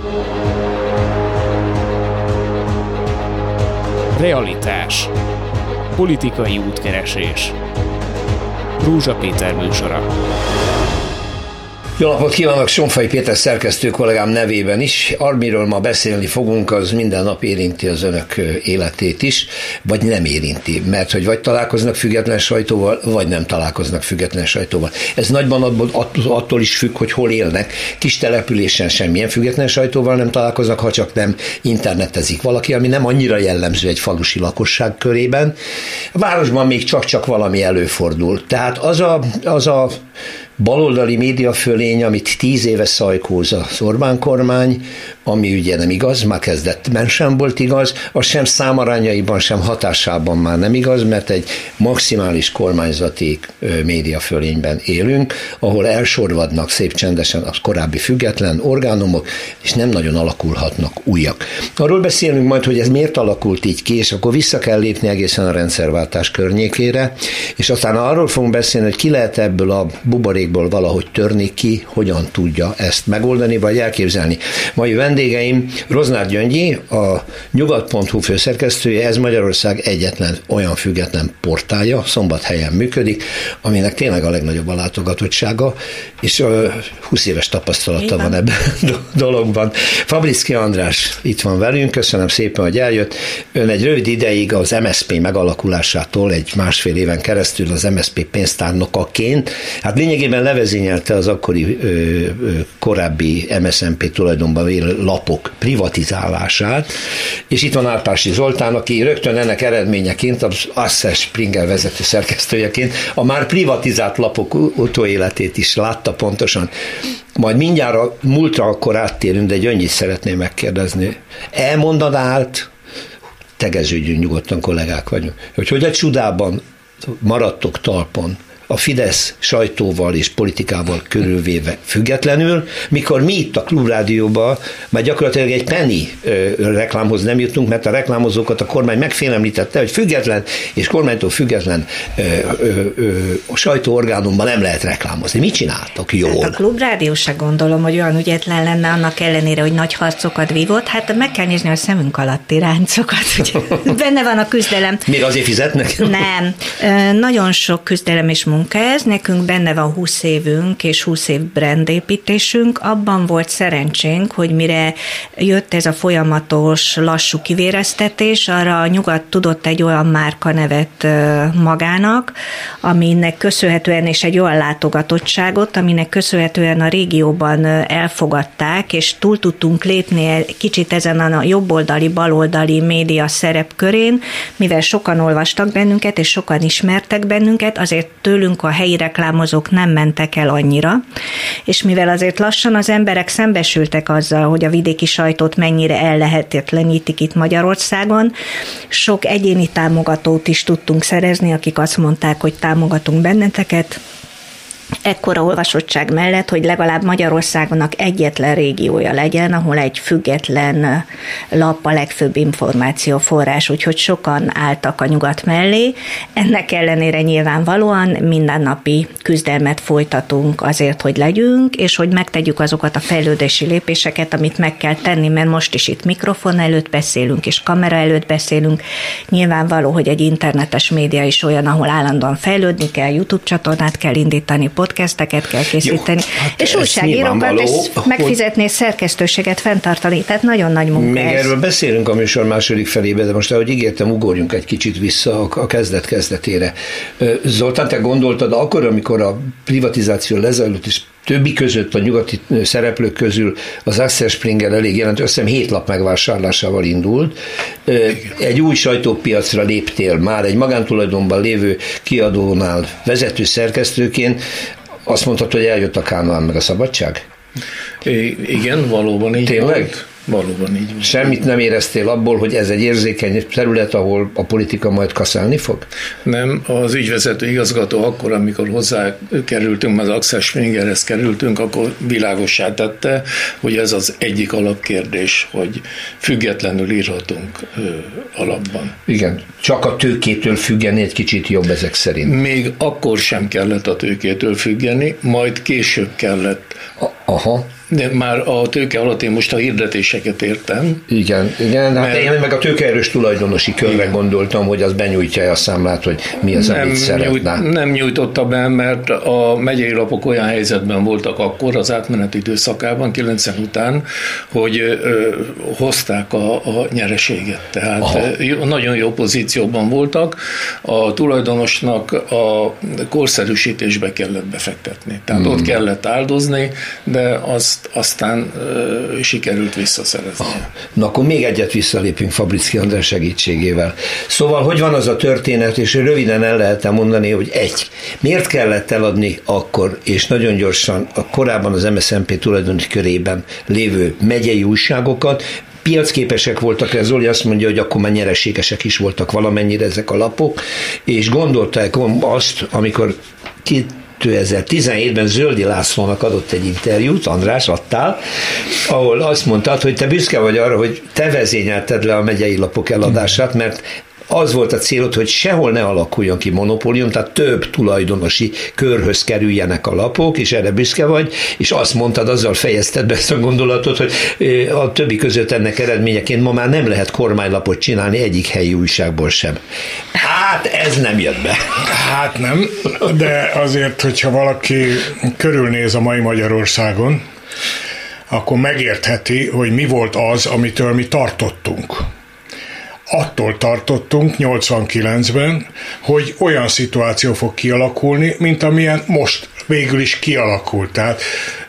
Realitás. Politikai útkeresés. Rózsa Péter műsora. Jó napot kívánok, Sonfai Péter szerkesztő kollégám nevében is. Amiről ma beszélni fogunk, az minden nap érinti az önök életét is, vagy nem érinti, mert hogy vagy találkoznak független sajtóval, vagy nem találkoznak független sajtóval. Ez nagyban attól is függ, hogy hol élnek. Kis településen semmilyen független sajtóval nem találkoznak, ha csak nem internetezik valaki, ami nem annyira jellemző egy falusi lakosság körében. A városban még csak valami előfordul. Tehát az a baloldali médiafölény, amit 10 éve szajkóz az Orbán kormány, ami ugye nem igaz, már kezdetben sem volt igaz, az sem számarányaiban, sem hatásában már nem igaz, mert egy maximális kormányzati médiafölényben élünk, ahol elsorvadnak szép csendesen a korábbi független orgánumok, és nem nagyon alakulhatnak újak. Arról beszélünk majd, hogy ez miért alakult így ki, és akkor vissza kell lépni egészen a rendszerváltás környékére, és aztán arról fogunk beszélni, hogy ki lehet ebből a buborékból valahogy törni, ki hogyan tudja ezt megoldani, vagy elképzelni. Mai vendégeim Roznár Gyöngyi, a Nyugat.hu főszerkesztője, ez Magyarország egyetlen olyan független portálja, Szombathelyen működik, aminek tényleg a legnagyobb a látogatottsága, és 20 éves tapasztalata van ebben a dologban. Fabriczky András itt van velünk, köszönöm szépen, hogy eljött. Ön egy rövid ideig az MSZP megalakulásától, egy másfél éven keresztül az MSZP pénztárnokaként, hát lényegében levezényelte az akkori korábbi MSZNP tulajdonban élő lapok privatizálását, és itt van Árpási Zoltán, aki rögtön ennek eredményeként, az Axel Springer vezető szerkesztőjeként a már privatizált lapok utóéletét is látta pontosan. Majd mindjárt a múltra akkor áttérünk, de Gyöngyit szeretném megkérdezni. Elmondanált, tegeződjünk nyugodtan, kollégák vagyunk, hogy a csodában maradtok talpon, a Fidesz sajtóval és politikával körülvéve függetlenül, mikor mi itt a Klubrádióban már gyakorlatilag egy penny reklámhoz nem jutunk, mert a reklámozókat a kormány megfélemlítette, hogy független és kormánytól független sajtóorgánumban nem lehet reklámozni. Mit csináltok jól? Hát a Klubrádió se gondolom, hogy olyan ügyetlen lenne annak ellenére, hogy nagy harcokat vívott. Hát meg kell nézni a szemünk alatti ráncokat. Benne van a küzdelem. Még azért fizetnek? Nem. Nagyon sok küzdelem és munka ez, nekünk benne van 20 évünk és 20 év brandépítésünk, abban volt szerencsénk, hogy mire jött ez a folyamatos lassú kivéreztetés, arra a Nyugat tudott egy olyan márkanevet magának, aminek köszönhetően és egy olyan látogatottságot, aminek köszönhetően a régióban elfogadták, és túl tudtunk lépni kicsit ezen a jobboldali, baloldali média szerepkörén, mivel sokan olvastak bennünket, és sokan ismertek bennünket, azért tőlünk a helyi reklámozók nem mentek el annyira, és mivel azért lassan az emberek szembesültek azzal, hogy a vidéki sajtót mennyire ellehetetlenítik itt Magyarországon, sok egyéni támogatót is tudtunk szerezni, akik azt mondták, hogy támogatunk benneteket, ekkora olvasottság mellett, hogy legalább Magyarországonak egyetlen régiója legyen, ahol egy független lap a legfőbb információforrás, úgyhogy sokan álltak a Nyugat mellé. Ennek ellenére nyilvánvalóan mindennapi küzdelmet folytatunk azért, hogy legyünk, és hogy megtegyük azokat a fejlődési lépéseket, amit meg kell tenni, mert most is itt mikrofon előtt beszélünk, és kamera előtt beszélünk. Nyilvánvaló, hogy egy internetes média is olyan, ahol állandóan fejlődni kell, YouTube csatornát kell indítani, podcasteket kell készíteni, hát és újságírókat, és megfizetni, és szerkesztőséget fenntartani, tehát nagyon nagy munka. Még erről beszélünk a műsor második felébe, de most, ahogy ígértem, ugorjunk egy kicsit vissza a kezdet-kezdetére. Zoltán, te gondoltad akkor, amikor a privatizáció lezajlott, és többi között a nyugati szereplők közül az Axel Springer elég jelentős, azt hiszem 7 lap megvásárlásával indult. Egy új sajtópiacra léptél már, egy magántulajdonban lévő kiadónál vezető szerkesztőként. Azt mondtad, hogy eljött a Kánoán meg a szabadság? Igen, valóban így. Tényleg? Valóban így. Semmit nem éreztél abból, hogy ez egy érzékeny terület, ahol a politika majd kaszálni fog? Nem, az ügyvezető igazgató akkor, amikor hozzá kerültünk, az Axel Springerhez kerültünk, akkor világossá tette, hogy ez az egyik alapkérdés, hogy függetlenül írhatunk alapban. Igen, csak a tőkétől függeni egy kicsit jobb ezek szerint. Még akkor sem kellett a tőkétől függeni, majd később kellett. Aha. De már a tőke alatt én most a hirdetéseket értem. Igen, hát én meg a tőkeerős tulajdonosi körre gondoltam, hogy az benyújtja a számlát, hogy mi az, amit szeretne. Nem nyújtotta be, mert a megyei lapok olyan helyzetben voltak akkor az átmeneti időszakában, 90 után, hogy hozták a nyereséget. Tehát nagyon jó pozícióban voltak. A tulajdonosnak a korszerűsítésbe kellett befektetni. Tehát ott kellett áldozni, de aztán sikerült visszaszerezni. Na akkor még egyet visszalépünk Fabricki András segítségével. Szóval, hogy van az a történet, és röviden el lehet mondani, hogy miért kellett eladni akkor, és nagyon gyorsan a korábban az MSZNP tulajdoni körében lévő megyei újságokat, piacképesek voltak, ez Zoli azt mondja, hogy akkor már nyereségesek is voltak valamennyire ezek a lapok, és gondolták azt, amikor 2017-ben Zöldi Lászlónak adott egy interjút, András, adtál, ahol azt mondtad, hogy te büszke vagy arra, hogy te vezényelted le a megyei lapok eladását, mert az volt a célod, hogy sehol ne alakuljon ki monopólium, tehát több tulajdonosi körhöz kerüljenek a lapok, és erre büszke vagy, és azt mondtad, azzal fejezted be ezt a gondolatot, hogy a többi között ennek eredményeként ma már nem lehet kormánylapot csinálni egyik helyi újságból sem. Hát ez nem jött be. Hát nem, de azért, hogyha valaki körülnéz a mai Magyarországon, akkor megértheti, hogy mi volt az, amitől mi tartottunk. Attól tartottunk 89-ben, hogy olyan szituáció fog kialakulni, mint amilyen most végül is kialakult. Tehát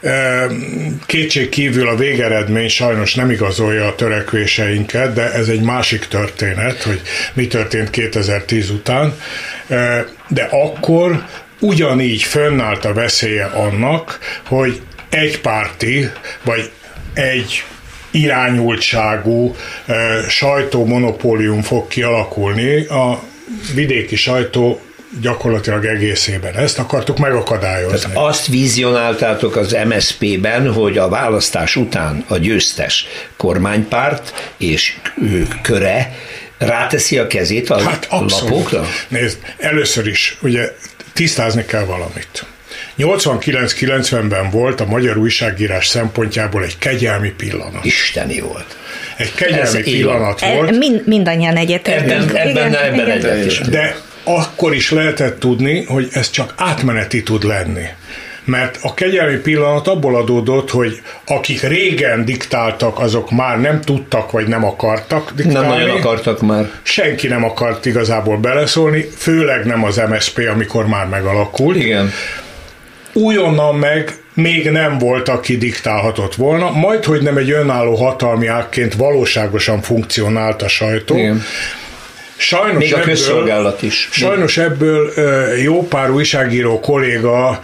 kétség kívül a végeredmény sajnos nem igazolja a törekvéseinket, de ez egy másik történet, hogy mi történt 2010 után. De akkor ugyanígy fönnállt a veszélye annak, hogy egypárti, vagy egy irányultságú sajtómonopólium fog kialakulni a vidéki sajtó gyakorlatilag egészében. Ezt akartuk megakadályozni. Tehát azt vizionáltátok az MSZP-ben, hogy a választás után a győztes kormánypárt és köre ráteszi a kezét a lapokra? Nézd, először is ugye tisztázni kell valamit. 89-90-ben volt a magyar újságírás szempontjából egy kegyelmi pillanat. Isteni volt. Egy kegyelmi pillanat volt. Mindannyian egyetértünk. Ebben egyetértünk. De akkor is lehetett tudni, hogy ez csak átmeneti tud lenni. Mert a kegyelmi pillanat abból adódott, hogy akik régen diktáltak, azok már nem tudtak, vagy nem akartak diktálni. Nem nagyon akartak már. Senki nem akart igazából beleszólni, főleg nem az MSZP, amikor már megalakult. Igen. Újonnan meg még nem volt, aki diktálhatott volna, majd, hogy nem egy önálló hatalmi ágként valóságosan funkcionált a sajtó. Igen. Sajnos még a közszolgálat is. Sajnos ebből jó pár újságíró kolléga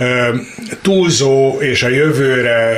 túlzó és a jövőre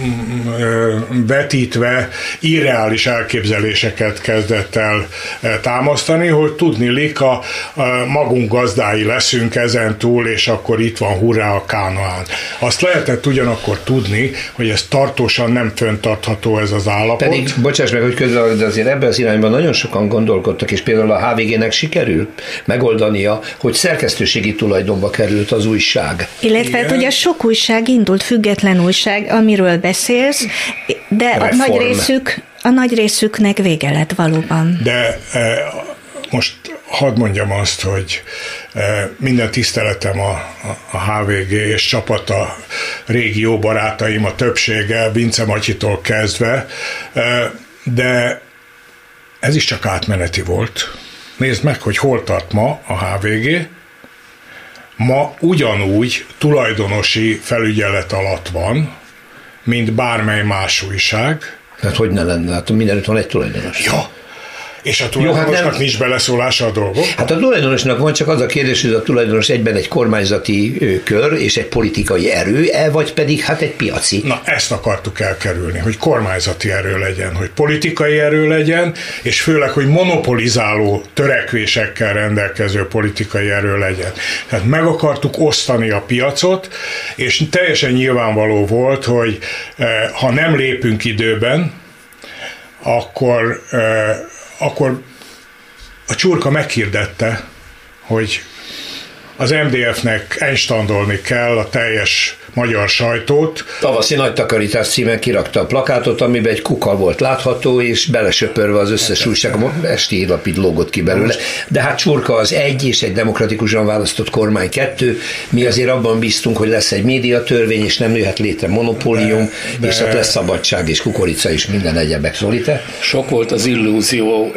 vetítve irreális elképzeléseket kezdett el támasztani, hogy tudniillik a magunk gazdái leszünk ezen túl, és akkor itt van hurrá a Kánaán. Azt lehetett ugyanakkor tudni, hogy ez tartósan nem fenntartható ez az állapot. Pedig, bocsáss meg, hogy közben, de azért ebben az irányban nagyon sokan gondolkodtak, és például a HVG-nek sikerül megoldania, hogy szerkesztőségi tulajdonba került az újság. Illetve hát ugye sok újság indult, független újság, amiről beszélsz, de a nagy részüknek vége lett valóban. De most hadd mondjam azt, hogy minden tiszteletem a HVG és csapata, régi jó barátaim, a többsége, Vince Matyitól kezdve, de ez is csak átmeneti volt. Nézd meg, hogy hol tart ma a HVG. Ma ugyanúgy tulajdonosi felügyelet alatt van, mint bármely más újság. Hát hogy ne lenne? Hát mindenütt van egy tulajdonos. Ja. És a tulajdonosnak nincs beleszólása a dolgok? Hát a tulajdonosnak van, csak az a kérdés, hogy a tulajdonos egyben egy kormányzati kör és egy politikai erő, vagy pedig hát egy piaci. Na, ezt akartuk elkerülni, hogy kormányzati erő legyen, hogy politikai erő legyen, és főleg, hogy monopolizáló törekvésekkel rendelkező politikai erő legyen. Tehát meg akartuk osztani a piacot, és teljesen nyilvánvaló volt, hogy ha nem lépünk időben, akkor a csurka meghirdette, hogy az MDF-nek enstandolni kell a teljes magyar sajtót. Tavaszi nagy takarítás címen kirakta a plakátot, amiben egy kuka volt látható, és belesöpörve az összes újság, esti hírlapid lógott ki belőle. De hát Csurka az 1, és egy demokratikusan választott kormány 2. Mi azért abban bíztunk, hogy lesz egy médiatörvény, és nem jöhet létre monopólium, és ott lesz szabadság és kukorica és minden egyebek. Zolite? Sok volt az illúzió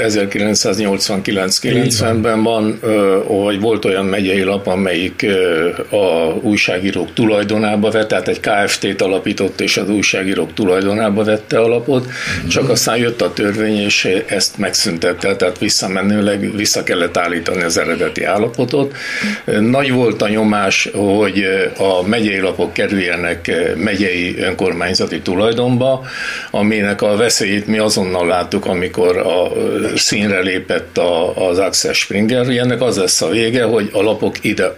1989-90-ben van, hogy volt olyan megyei lap, amelyik a újságírók tulajdonába vett, tehát egy KFT-t alapított, és az újságírók tulajdonába vette a lapot, csak aztán jött a törvény, és ezt megszüntette, tehát visszamenőleg vissza kellett állítani az eredeti állapotot. Nagy volt a nyomás, hogy a megyei lapok kerüljenek megyei önkormányzati tulajdonba, aminek a veszélyét mi azonnal láttuk, amikor a színre lépett az Axel Springer. Ennek az lesz a vége, hogy a lapok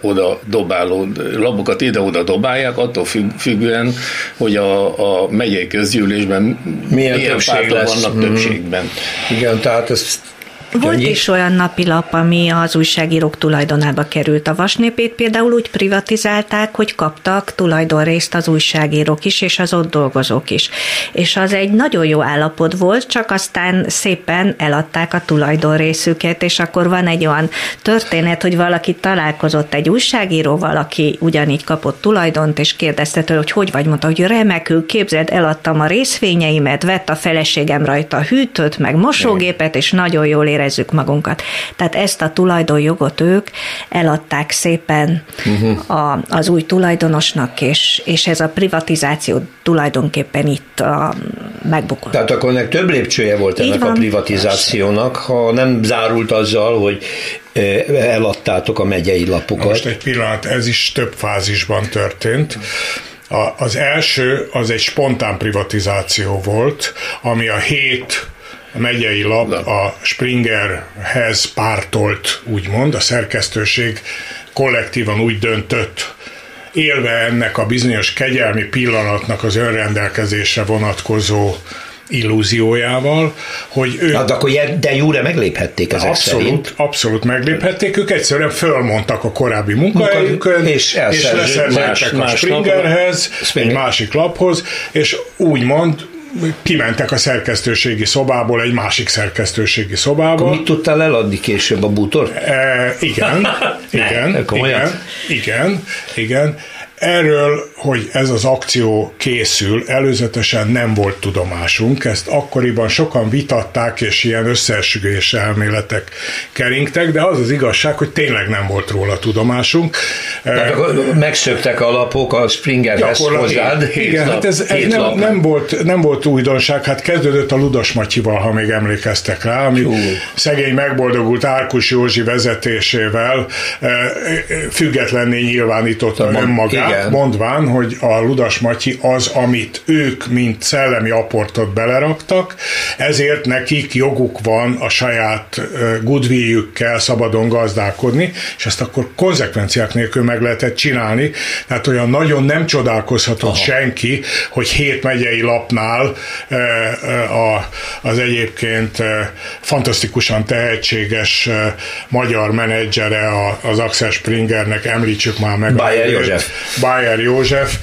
lapokat ide-oda dobálják, attól függően, hogy a megyei közgyűlésben milyen pártok vannak többségben. Igen, tehát ez volt is olyan napilap, ami az újságírók tulajdonába került. A Vasnépét például úgy privatizálták, hogy kaptak tulajdonrészt az újságírók is, és az ott dolgozók is. És az egy nagyon jó állapot volt, csak aztán szépen eladták a tulajdonrészüket, és akkor van egy olyan történet, hogy valaki találkozott egy újságíróval, aki ugyanígy kapott tulajdont, és kérdezte tőle, hogy vagy, mondta, hogy remekül, képzeld, eladtam a részvényeimet, vett a feleségem rajta hűtőt, meg mosógépet, és nagyon jól érezzük magunkat. Tehát ezt a tulajdonjogot ők eladták szépen az új tulajdonosnak, és ez a privatizáció tulajdonképpen itt megbukott. Tehát akkor ennek több lépcsője volt ennek a privatizációnak, ha nem zárult azzal, hogy eladtátok a megyei lapokat. Most egy pillanat, ez is több fázisban történt. Az első, az egy spontán privatizáció volt, ami a 7 megyei lap a Springerhez pártolt, úgymond, a szerkesztőség kollektívan úgy döntött, élve ennek a bizonyos kegyelmi pillanatnak az önrendelkezésre vonatkozó illúziójával, hogy ők... Hát akkor de jure megléphették ezek szerint. Abszolút megléphették, ők egyszerűen fölmondtak a korábbi munkahelyükön, és leszerződtek a Springerhez, egy másik laphoz, és úgymond kimentek a szerkesztőségi szobából egy másik szerkesztőségi szobába. Akkor mit tudtál eladni később, a bútort? Igen. Erről, hogy ez az akció készül, előzetesen nem volt tudomásunk, ezt akkoriban sokan vitatták, és ilyen összeesküvés elméletek keringtek, de az az igazság, hogy tényleg nem volt róla tudomásunk. Megszöktek a lapok a Springerhez hozzád. Igen, hát ez nem volt újdonság, hát kezdődött a Ludas Matyival, ha még emlékeztek rá, ami szegény megboldogult Árkus Józsi vezetésével függetlenné nyilvánította önmagát, mondván, hogy a Ludas Matyi az, amit ők, mint szellemi aportot beleraktak, ezért nekik joguk van a saját goodwilljükkel szabadon gazdálkodni, és ezt akkor konzekvenciák nélkül meg lehetett csinálni, tehát olyan nagyon nem csodálkozhatott senki, hogy 7 megyei lapnál az egyébként fantasztikusan tehetséges magyar menedzsere az Axel Springernek, említsük már meg Bayer József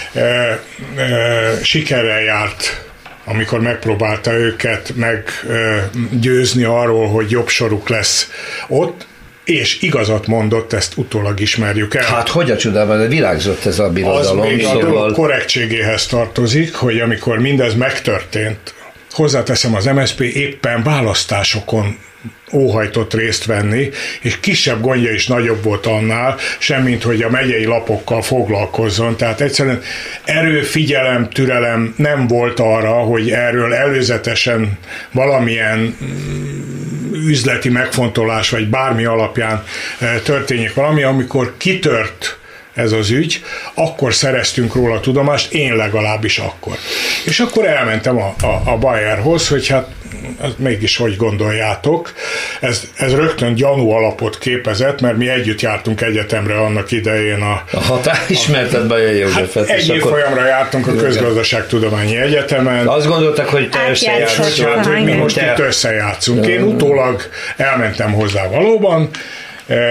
sikerrel járt, amikor megpróbálta őket meggyőzni arról, hogy jobb soruk lesz ott, és igazat mondott, ezt utólag ismerjük el. Hát hogy a csodában virágzott ez a birodalom? Az még a dolog korrektségéhez tartozik, hogy amikor mindez megtörtént, hozzáteszem, az MSZP éppen választásokon óhajtott részt venni, és kisebb gondja is nagyobb volt annál, semmint hogy a megyei lapokkal foglalkozzon. Tehát egyszerűen erő, figyelem, türelem nem volt arra, hogy erről előzetesen valamilyen üzleti megfontolás, vagy bármi alapján történjék valami, amikor kitört ez az ügy, akkor szereztünk róla tudomást, én legalábbis akkor. És akkor elmentem a Bayerhoz, hogy hát mégis hogy gondoljátok. Ez rögtön gyanú alapot képezett, mert mi együtt jártunk egyetemre annak idején ismerted Bayer Józsefet. Hát egy évfolyamra jártunk a Közgazdaságtudományi Egyetemen. Azt gondoltak, hogy te összejátszol. Hogy mi most itt összejátszunk. Én utólag elmentem hozzá valóban,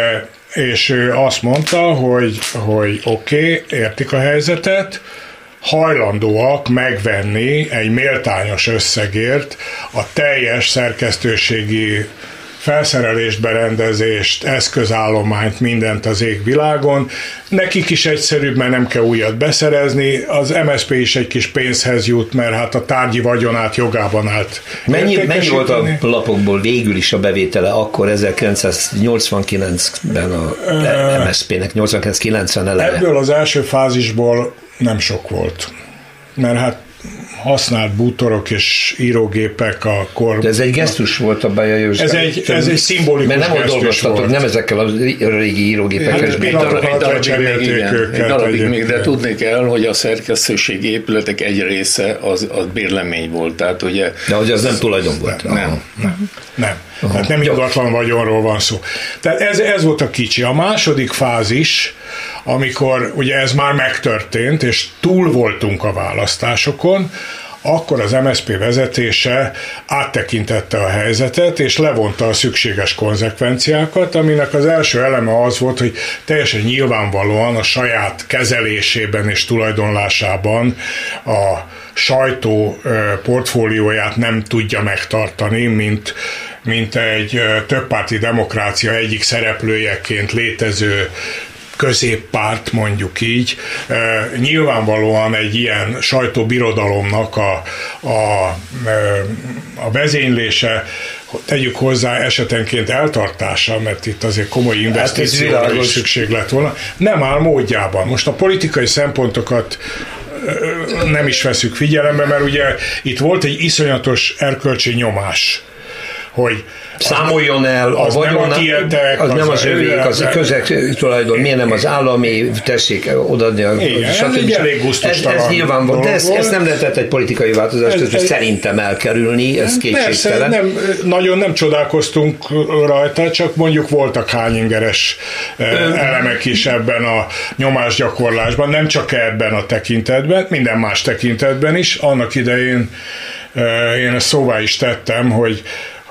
és ő azt mondta, hogy oké, értik a helyzetet, hajlandóak megvenni egy méltányos összegért a teljes szerkesztőségi felszerelést, berendezést, eszközállományt, mindent az égvilágon. Nekik is egyszerűbb, mert nem kell újat beszerezni, az MSZP is egy kis pénzhez jut, mert hát a tárgyi vagyonát jogában állt. Mennyi volt a lapokból végül is a bevétele akkor 1989-ben a MSZP-nek, 89-90 eleve? Ebből az első fázisból nem sok volt, mert hát használt bútorok és írógépek akkor... De ez egy gesztus volt a Bajajos. Ez egy szimbolikus gesztus volt. Mert nem dolgoztatok, volt. Nem ezekkel a régi írógépekkel. Hát egy darabig még, de tudni kell, hogy a szerkesztőségi épületek egy része az bérlemény volt. Tehát ugye... De hogy az nem tulajdon volt. Nem. Tehát nem ingatlan vagyonról van szó. Tehát ez volt a kicsi. A második fázis, amikor ugye ez már megtörtént, és túl voltunk a választásokon, akkor az MSZP vezetése áttekintette a helyzetet, és levonta a szükséges konzekvenciákat, aminek az első eleme az volt, hogy teljesen nyilvánvalóan a saját kezelésében és tulajdonlásában a sajtó portfólióját nem tudja megtartani, mint egy többpárti demokrácia egyik szereplőjeként létező középpárt, mondjuk így. Nyilvánvalóan egy ilyen sajtóbirodalomnak a vezénylése, tegyük hozzá esetenként eltartása, mert itt azért komoly investícióra is szükség lett volna, nem áll módjában. Most a politikai szempontokat nem is veszük figyelembe, mert ugye itt volt egy iszonyatos erkölcsi nyomás, hogy számoljon el, a vagyon, az nem az övék, az köztulajdon, miért nem az állami, tessék odaadni a... Ez egy elég gusztustalan. Ez nyilván van, de ezt nem lehetett egy politikai változást, szerintem elkerülni, ez kétségtelen. Nagyon nem csodálkoztunk rajta, csak mondjuk voltak hányingeres elemek is ebben a nyomásgyakorlásban, nem csak ebben a tekintetben, minden más tekintetben is. Annak idején én ezt szóvá is tettem, hogy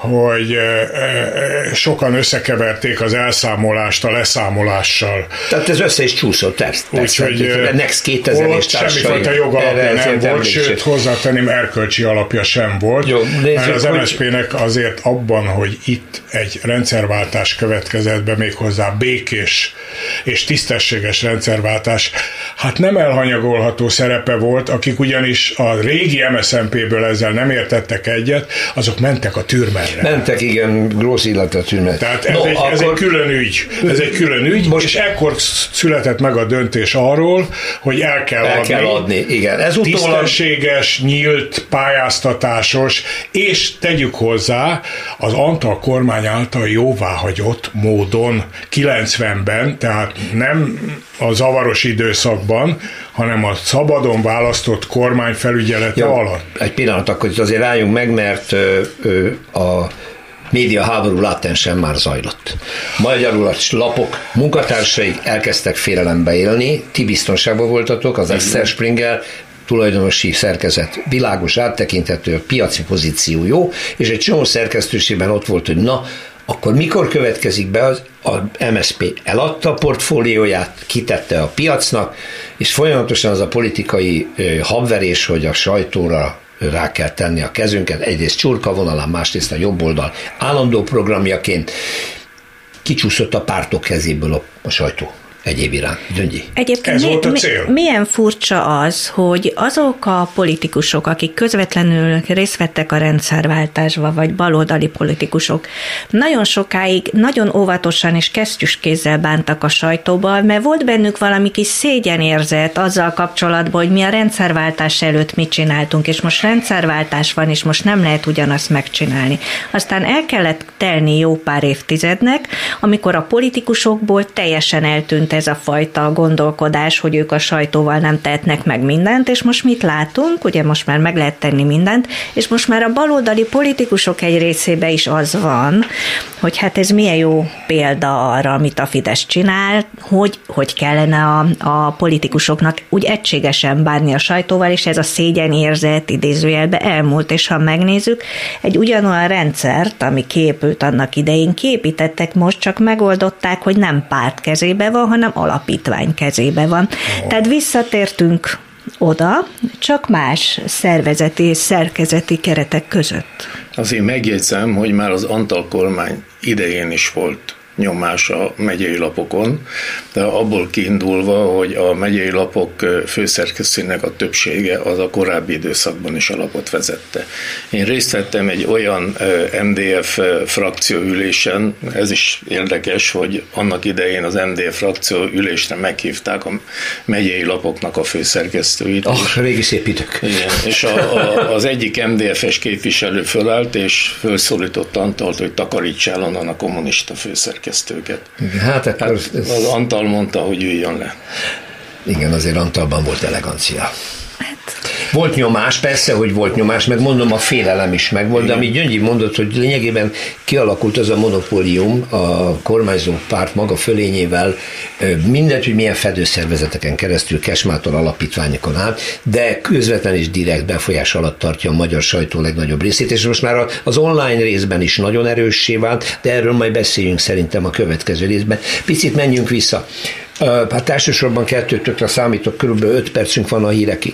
sokan összekeverték az elszámolást a leszámolással. Tehát ez össze is csúszott, úgyhogy Next 2000 és társai. Semmifajta jogalapja nem volt, sőt hozzátenném, erkölcsi alapja sem volt. Jó, mert az MSZP-nek azért abban, hogy itt egy rendszerváltás következett be, méghozzá békés és tisztességes rendszerváltás, hát nem elhanyagolható szerepe volt, akik ugyanis a régi MSZNP-ből ezzel nem értettek egyet, azok mentek a tűrbe. Mentek, igen, Grósz illetve a tűnmet. Tehát ez egy külön ügy. Ez egy külön ügy, most, és ekkor született meg a döntés arról, hogy el kell adni. Igen. Ez tisztességes, nyílt, pályáztatásos, és tegyük hozzá, az Antal kormány által jóváhagyott módon 90-ben, tehát nem a zavaros időszakban, hanem a szabadon választott kormány felügyelete alatt. Egy pillanat, akkor itt azért álljunk meg, mert a média háború látensen már zajlott. Magyarul a lapok munkatársaik elkezdtek félelembe élni, ti biztonságban voltatok, az Axel Springer tulajdonosi szerkezet világos, áttekinthető, piaci pozíció jó, és egy csomó szerkesztőségben ott volt, hogy na, akkor mikor következik be a MSZP eladta a portfólióját, kitette a piacnak, és folyamatosan az a politikai habverés, hogy a sajtóra rá kell tenni a kezünket, egyrészt csurka vonalán, másrészt a jobb oldal állandó programjaként kicsúszott a pártok kezéből a sajtó. Egyéb iránt. Gyöngyi. Egyébként milyen furcsa az, hogy azok a politikusok, akik közvetlenül részt vettek a rendszerváltásba, vagy baloldali politikusok, nagyon sokáig nagyon óvatosan és kesztyűskézzel bántak a sajtóban, mert volt bennük valami kis szégyenérzet azzal kapcsolatban, hogy mi a rendszerváltás előtt mit csináltunk, és most rendszerváltás van, és most nem lehet ugyanazt megcsinálni. Aztán el kellett telni jó pár évtizednek, amikor a politikusokból teljesen eltűnt megszűnt ez a fajta gondolkodás, hogy ők a sajtóval nem tehetnek meg mindent, és most mit látunk? Ugye most már meg lehet tenni mindent, és most már a baloldali politikusok egy részében is az van, hogy hát ez milyen jó példa arra, amit a Fidesz csinál, hogy kellene a politikusoknak úgy egységesen bánni a sajtóval, és ez a szégyenérzet idézőjelbe elmúlt, és ha megnézzük, egy ugyanolyan rendszert, ami kiépült annak idején, kiépítettek most, csak megoldották, hogy nem párt kezébe van, hanem alapítvány kezébe van. Tehát visszatértünk oda, csak más szervezeti és szerkezeti keretek között. Azért megjegyzem, hogy már az Antall kormány idején is volt nyomás a megyei lapokon, de abból kiindulva, hogy a megyei lapok főszerkesztőinek a többsége az a korábbi időszakban is a lapot vezette. Én részt vettem egy olyan MDF frakcióülésen, ez is érdekes, hogy annak idején az MDF frakcióülésre meghívták a megyei lapoknak a főszerkesztőit. Régi szép idők. Igen, és az egyik MDF-es képviselő fölállt, és felszólította Antallt, hogy takarítsál onnan a kommunista főszerkesztőket. Hát akkor az Antall mondta, hogy üljön le. Igen, azért Antallban volt elegancia. Volt nyomás, persze, hogy volt nyomás, meg mondom, a félelem is megvolt, de amit Gyöngyi mondott, hogy lényegében kialakult az a monopólium a kormányzó párt maga fölényével, mindegy, hogy milyen fedőszervezeteken keresztül, Kesmától alapítványokon át, de közvetlen és direkt befolyás alatt tartja a magyar sajtó legnagyobb részét, és most már az online részben is nagyon erőssé vált, de erről majd beszéljünk szerintem a következő részben. Picit menjünk vissza. Hát elsősorban 2-5-re számítok, körülbelül 5 percünk van a hírekig.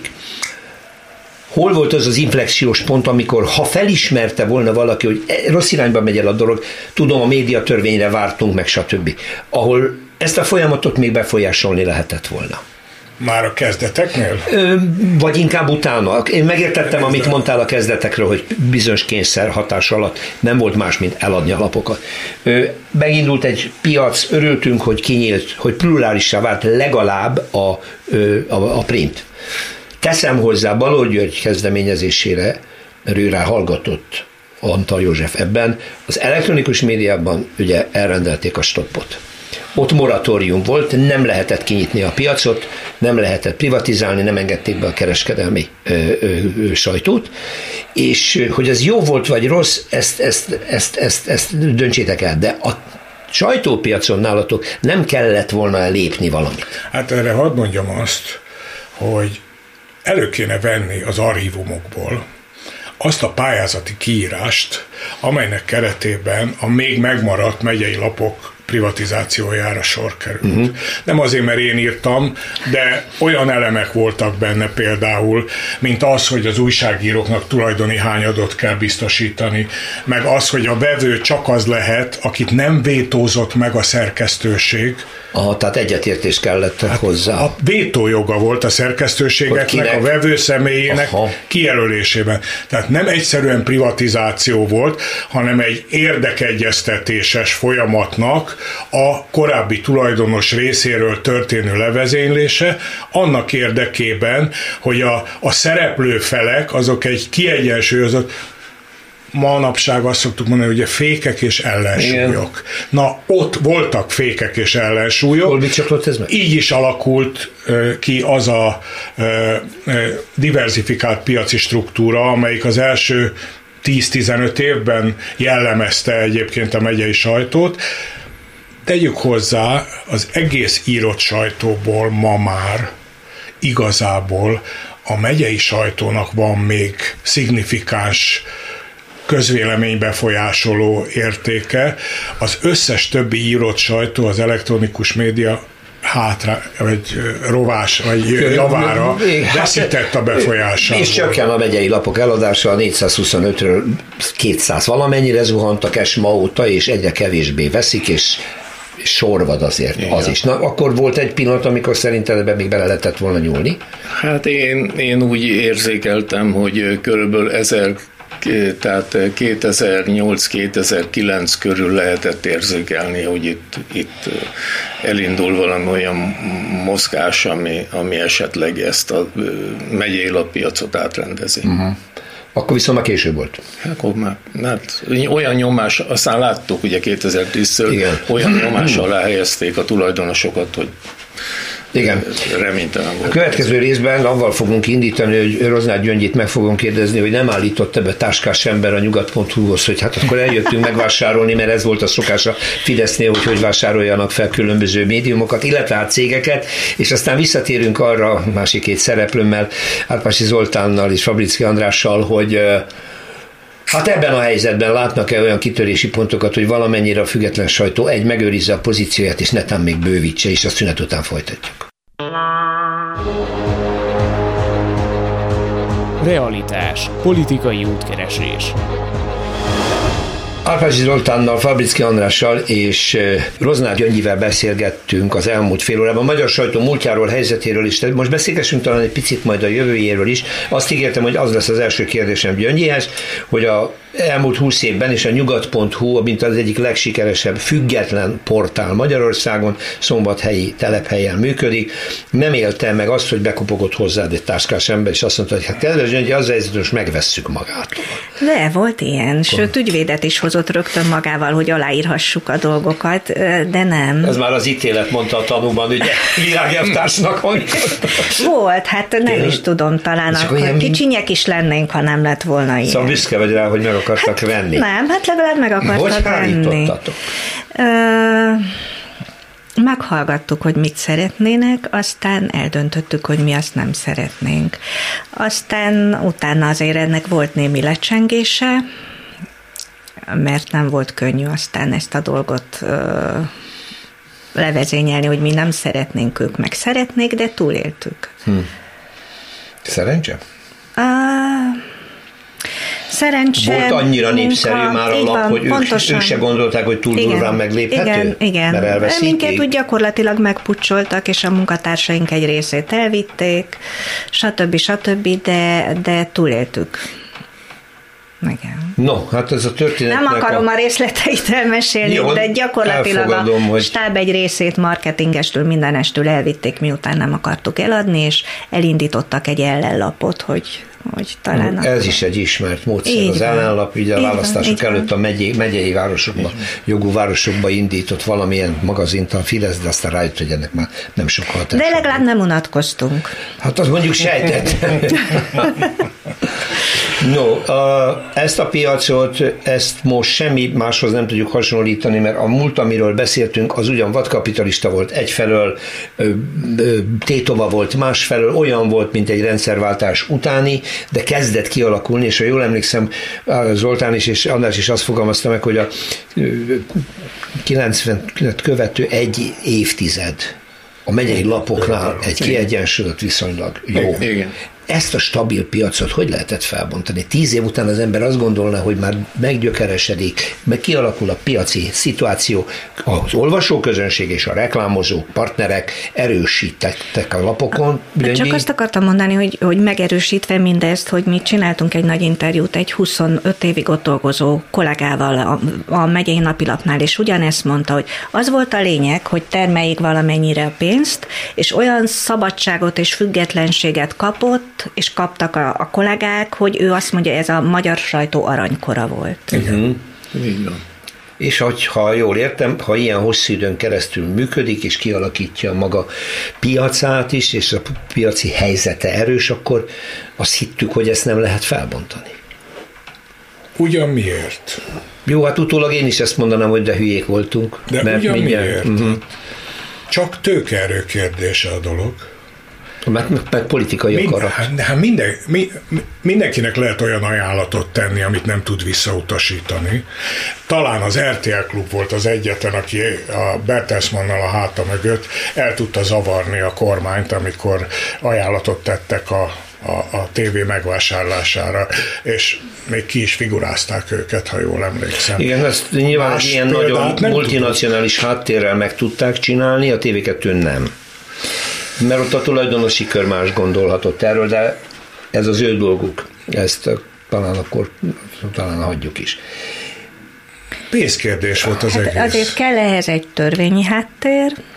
Hol volt az az inflexiós pont, amikor ha felismerte volna valaki, hogy rossz irányba megy el a dolog, tudom, a médiatörvényre vártunk, meg stb., ahol ezt a folyamatot még befolyásolni lehetett volna? Már a kezdeteknél? Vagy inkább utána. Én megértettem, amit mondtál a kezdetekről, hogy bizonyos kényszer hatás alatt nem volt más, mint eladni a lapokat. Megindult egy piac, örültünk, hogy kinyílt, hogy plurálissá vált legalább a print. Teszem hozzá Balogh György kezdeményezésére, mert ő rá hallgatott Antall József ebben, az elektronikus médiában ugye elrendelték a stoppot. Ott moratórium volt, nem lehetett kinyitni a piacot, nem lehetett privatizálni, nem engedték be a kereskedelmi sajtót, és hogy ez jó volt vagy rossz, ezt döntsétek el, de a sajtópiacon nálatok nem kellett volna lépni valamit. Hát erre hadd mondjam azt, hogy elő kéne venni az archívumokból azt a pályázati kiírást, amelynek keretében a még megmaradt megyei lapok privatizációjára sor került. Nem azért, mert én írtam, de olyan elemek voltak benne például, mint az, hogy az újságíróknak tulajdoni hányadot kell biztosítani, meg az, hogy a vevő csak az lehet, akit nem vétózott meg a szerkesztőség. Aha, tehát egyetértés kellett hozzá. A vétójoga volt a szerkesztőségeknek, a vevő személyének kijelölésében. Tehát nem egyszerűen privatizáció volt, hanem egy érdekegyeztetéses folyamatnak a korábbi tulajdonos részéről történő levezénylése, annak érdekében, hogy a szereplő felek azok egy kiegyensúlyozott, manapság azt szoktuk mondani, hogy fékek és ellensúlyok. Igen. Na, ott voltak fékek és ellensúlyok. Hol bicsaklott ez meg? Így is alakult ki az a diversifikált piaci struktúra, amelyik az első 10-15 évben jellemezte egyébként a megyei sajtót. Tegyük hozzá, az egész írott sajtóból ma már igazából a megyei sajtónak van még szignifikáns közvéleménybefolyásoló értéke. Az összes többi írott sajtó, az elektronikus média vagy rovás, vagy javára veszített a befolyásából. És csökken a megyei lapok eladása, a 425-ről 200 valamennyire zuhantak ESMA óta, és egyre kevésbé veszik, és sorvad azért. Igen. Az is. Na, akkor volt egy pillanat, amikor szerinted ebben még bele lehetett volna nyúlni? Hát én úgy érzékeltem, hogy körülbelül 2008-2009 körül lehetett érzékelni, hogy itt elindul valami olyan mozgás, ami esetleg ezt a megyei lappiacot átrendezi. Akkor viszont már később volt. Akkor már, olyan nyomás, aztán láttuk ugye 2010-től, olyan nyomás alá helyezték a tulajdonosokat, hogy igen. Reménytelen volt. A következő részben avval fogunk indítani, hogy Rozsnáth Gyöngyit meg fogom kérdezni, hogy nem állított ebbe táskás ember a nyugat.hu-hoz, hogy hát akkor eljöttünk megvásárolni, mert ez volt a szokás a Fidesznél, hogy vásároljanak fel különböző médiumokat, illetve hát cégeket, és aztán visszatérünk arra másik két szereplőmmel, Árpási Zoltánnal és Fabricki Andrással, hogy hát ebben a helyzetben látnak-e olyan kitörési pontokat, hogy valamennyire a független sajtó megőrizze a pozícióját, és netán még bővítse, és a szünet után folytatjuk. Realitás, politikai útkeresés. Árpási Zoltánnal, Fabricki Andrással és Rozsnáth Gyöngyivel beszélgettünk az elmúlt fél órában a magyar sajtó múltjáról, helyzetéről is. Most beszélgessünk talán egy picit majd a jövőjéről is. Azt ígértem, hogy az lesz az első kérdésem Gyöngyihez, hogy a elmúlt 20 évben és a nyugat.hu, mint az egyik legsikeresebb független portál Magyarországon, szombathelyi telephelyen működik. Nem élte meg azt, hogy bekopogott hozzád egy táskás ember, és azt mondta, hogy hát kedves Gyöngyi, az helyzet, most megvesszük magától. De volt ilyen, sőt ügyvédet is hozott rögtön magával, hogy aláírhassuk a dolgokat, de nem. Ez már az ítélet, mondta a tanúban, ugye világelvtársnak, hogy... Volt, hát nem is tudom, talán akkor kicsinyek is lennénk, ha nem lett volna ilyen. Szóval büszke vagy rá, hogy meg akartak venni. Nem, hát legalább meg akartak venni. Meghallgattuk, hogy mit szeretnének, aztán eldöntöttük, hogy mi azt nem szeretnénk. Aztán utána azért ennek volt némi lecsengése, mert nem volt könnyű aztán ezt a dolgot levezényelni, hogy mi nem szeretnénk, ők meg szeretnék, de túléltük. Szerencse? Szerencse. Volt annyira népszerű már a lap, hogy ők se gondolták, hogy túl durván megléphető? Igen. Mert elveszítik. Minket úgy gyakorlatilag megpucsoltak, és a munkatársaink egy részét elvitték, stb. De túléltük. Igen. No, hát ez a történet. Nem akarom a részleteit elmesélni, jó, de gyakorlatilag a stáb egy részét marketingestől, mindenestől elvitték, miután nem akartuk eladni, és elindítottak egy ellenlapot, hogy talán... Ez is egy ismert módszer. Az ellenlap, ugye a választások előtt a megyei városokban, jogú városokban indított valamilyen magazint a Fidesz, de aztán rájött, hogy ennek már nem sok hatása. De legalább nem unatkoztunk. Hát azt mondjuk sejtettem. No, ezt a piacot, ezt most semmi máshoz nem tudjuk hasonlítani, mert a múlt, amiről beszéltünk, az ugyan vadkapitalista volt egyfelől, tétova volt másfelől, olyan volt, mint egy rendszerváltás utáni, de kezdett kialakulni, és ha jól emlékszem, Zoltán is és András is azt fogalmazta meg, hogy a 90-et követő egy évtized a megyei lapoknál egy kiegyensúlyozott viszonylag jó. Igen. Ezt a stabil piacot hogy lehetett felbontani? 10 év után az ember azt gondolna, hogy már meggyökeresedik, meg kialakul a piaci szituáció, az olvasóközönség és a reklámozó partnerek erősítettek a lapokon. Csak azt akartam mondani, hogy megerősítve mindezt, hogy mi csináltunk egy nagy interjút egy 25 évig ott dolgozó kollégával a megyei napilapnál, és ugyanezt mondta, hogy az volt a lényeg, hogy termeljék valamennyire a pénzt, és olyan szabadságot és függetlenséget kapott, és kaptak a kollégák, hogy ő azt mondja, ez a magyar sajtó aranykora volt. Igen. Így van. És ha jól értem, ha ilyen hosszú időn keresztül működik, és kialakítja maga piacát is, és a piaci helyzete erős, akkor azt hittük, hogy ezt nem lehet felbontani. Ugyan miért? Jó, hát utólag én is ezt mondanám, hogy de hülyék voltunk. De mert ugyan miért? Csak tőkeerő kérdése a dolog. Meg politikai akarat. Mindenkinek lehet olyan ajánlatot tenni, amit nem tud visszautasítani. Talán az RTL Klub volt az egyetlen, aki a Bertelsmannnal a háta mögött el tudta zavarni a kormányt, amikor ajánlatot tettek a tévé megvásárlására, és még ki is figurázták őket, ha jól emlékszem. Igen, ezt nyilván ilyen nagyon multinacionális háttérrel meg tudták csinálni, a TV2 nem. Mert ott a tulajdonosi kör más gondolhatott erről, de ez az ő dolguk. Ezt talán hagyjuk is. Pénzkérdés volt az egész. Azért kell ehhez egy törvényi háttér,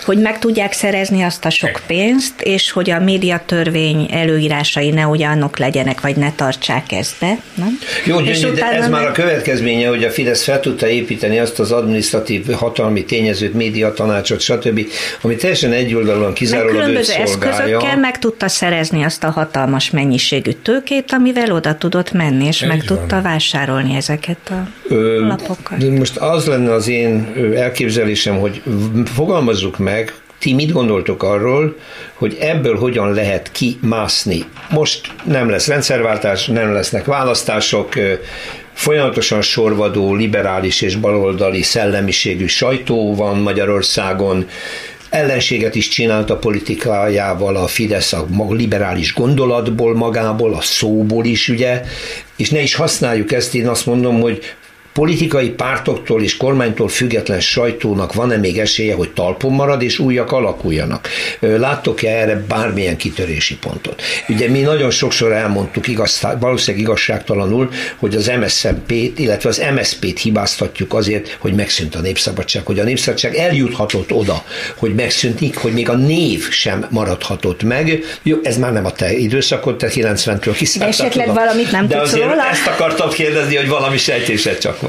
hogy meg tudják szerezni azt a sok pénzt, és hogy a médiatörvény előírásai ne olyanok legyenek, vagy ne tartsák ezt be. Nem? Jó, Gyöngyi, de ez már a következménye, hogy a Fidesz fel tudta építeni azt az adminisztratív hatalmi tényezőt, médiatanácsot, stb., ami teljesen egyoldalúan kizárólag őt szolgálja. Eszközökkel meg tudta szerezni azt a hatalmas mennyiségű tőkét, amivel oda tudott menni, és meg tudta vásárolni ezeket a lapokat. Most az lenne az én elképzelésem, hogy fogalmazzuk meg, ti mit gondoltok arról, hogy ebből hogyan lehet kimászni? Most nem lesz rendszerváltás, nem lesznek választások, folyamatosan sorvadó, liberális és baloldali szellemiségű sajtó van Magyarországon, ellenséget is csinált a politikájával a Fidesz a liberális gondolatból magából, a szóból is, ugye, és ne is használjuk ezt, én azt mondom, hogy politikai pártoktól és kormánytól független sajtónak van-e még esélye, hogy talpon marad, és újak alakuljanak? Láttok-e erre bármilyen kitörési pontot? Ugye mi nagyon sokszor elmondtuk, valószínűleg igazságtalanul, hogy az MSZP-t, illetve az MSZP-t hibáztatjuk azért, hogy megszűnt a népszabadság, hogy a népszabadság eljuthatott oda, hogy megszűnik, hogy még a név sem maradhatott meg. Jó, ez már nem a te időszakod, te 90-től kiszálltál. Esetleg valamit nem tudsz róla? De azért ezt akartam kérdezni, hogy valami sejtésed csak van.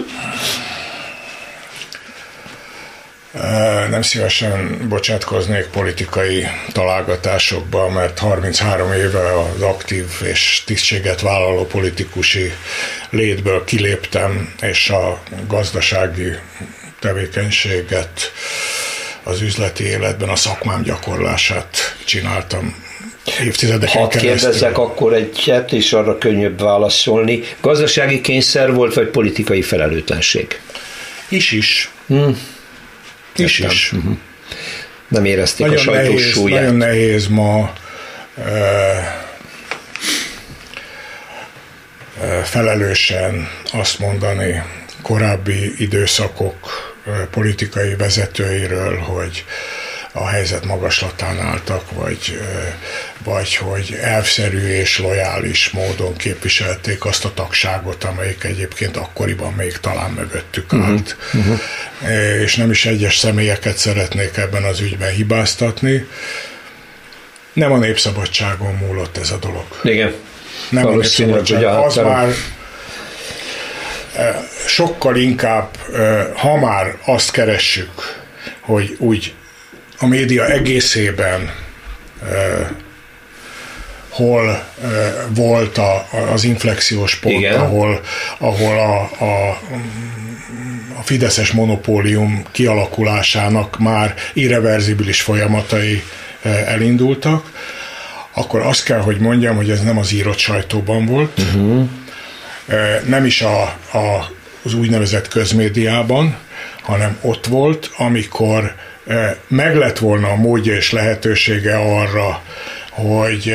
Nem szívesen bocsátkoznék politikai találgatásokba, mert 33 éve az aktív és tisztséget vállaló politikusi létből kiléptem, és a gazdasági tevékenységet az üzleti életben, a szakmám gyakorlását csináltam évtizedeken keresztül. Hadd kérdezzek akkor egyet, és arra könnyebb válaszolni. Gazdasági kényszer volt, vagy politikai felelőtlenség? Is. Nem érezték nagyon a sajtós súlyát. Nagyon nehéz ma felelősen azt mondani korábbi időszakok politikai vezetőiről, hogy a helyzet magaslatán álltak, vagy hogy elvszerű és lojális módon képviselték azt a tagságot, amelyik egyébként akkoriban még talán mögöttük állt. És nem is egyes személyeket szeretnék ebben az ügyben hibáztatni. Nem a népszabadságon múlott ez a dolog. Igen. Nem a népszabadságon. Az már sokkal inkább, ha már azt keressük, hogy úgy a média egészében hol volt az inflexiós pont, ahol a fideszes monopólium kialakulásának már irreverzibilis folyamatai elindultak, akkor azt kell, hogy mondjam, hogy ez nem az írott sajtóban volt, nem is az úgynevezett közmédiában, hanem ott volt, amikor meg lett volna a módja és lehetősége arra, hogy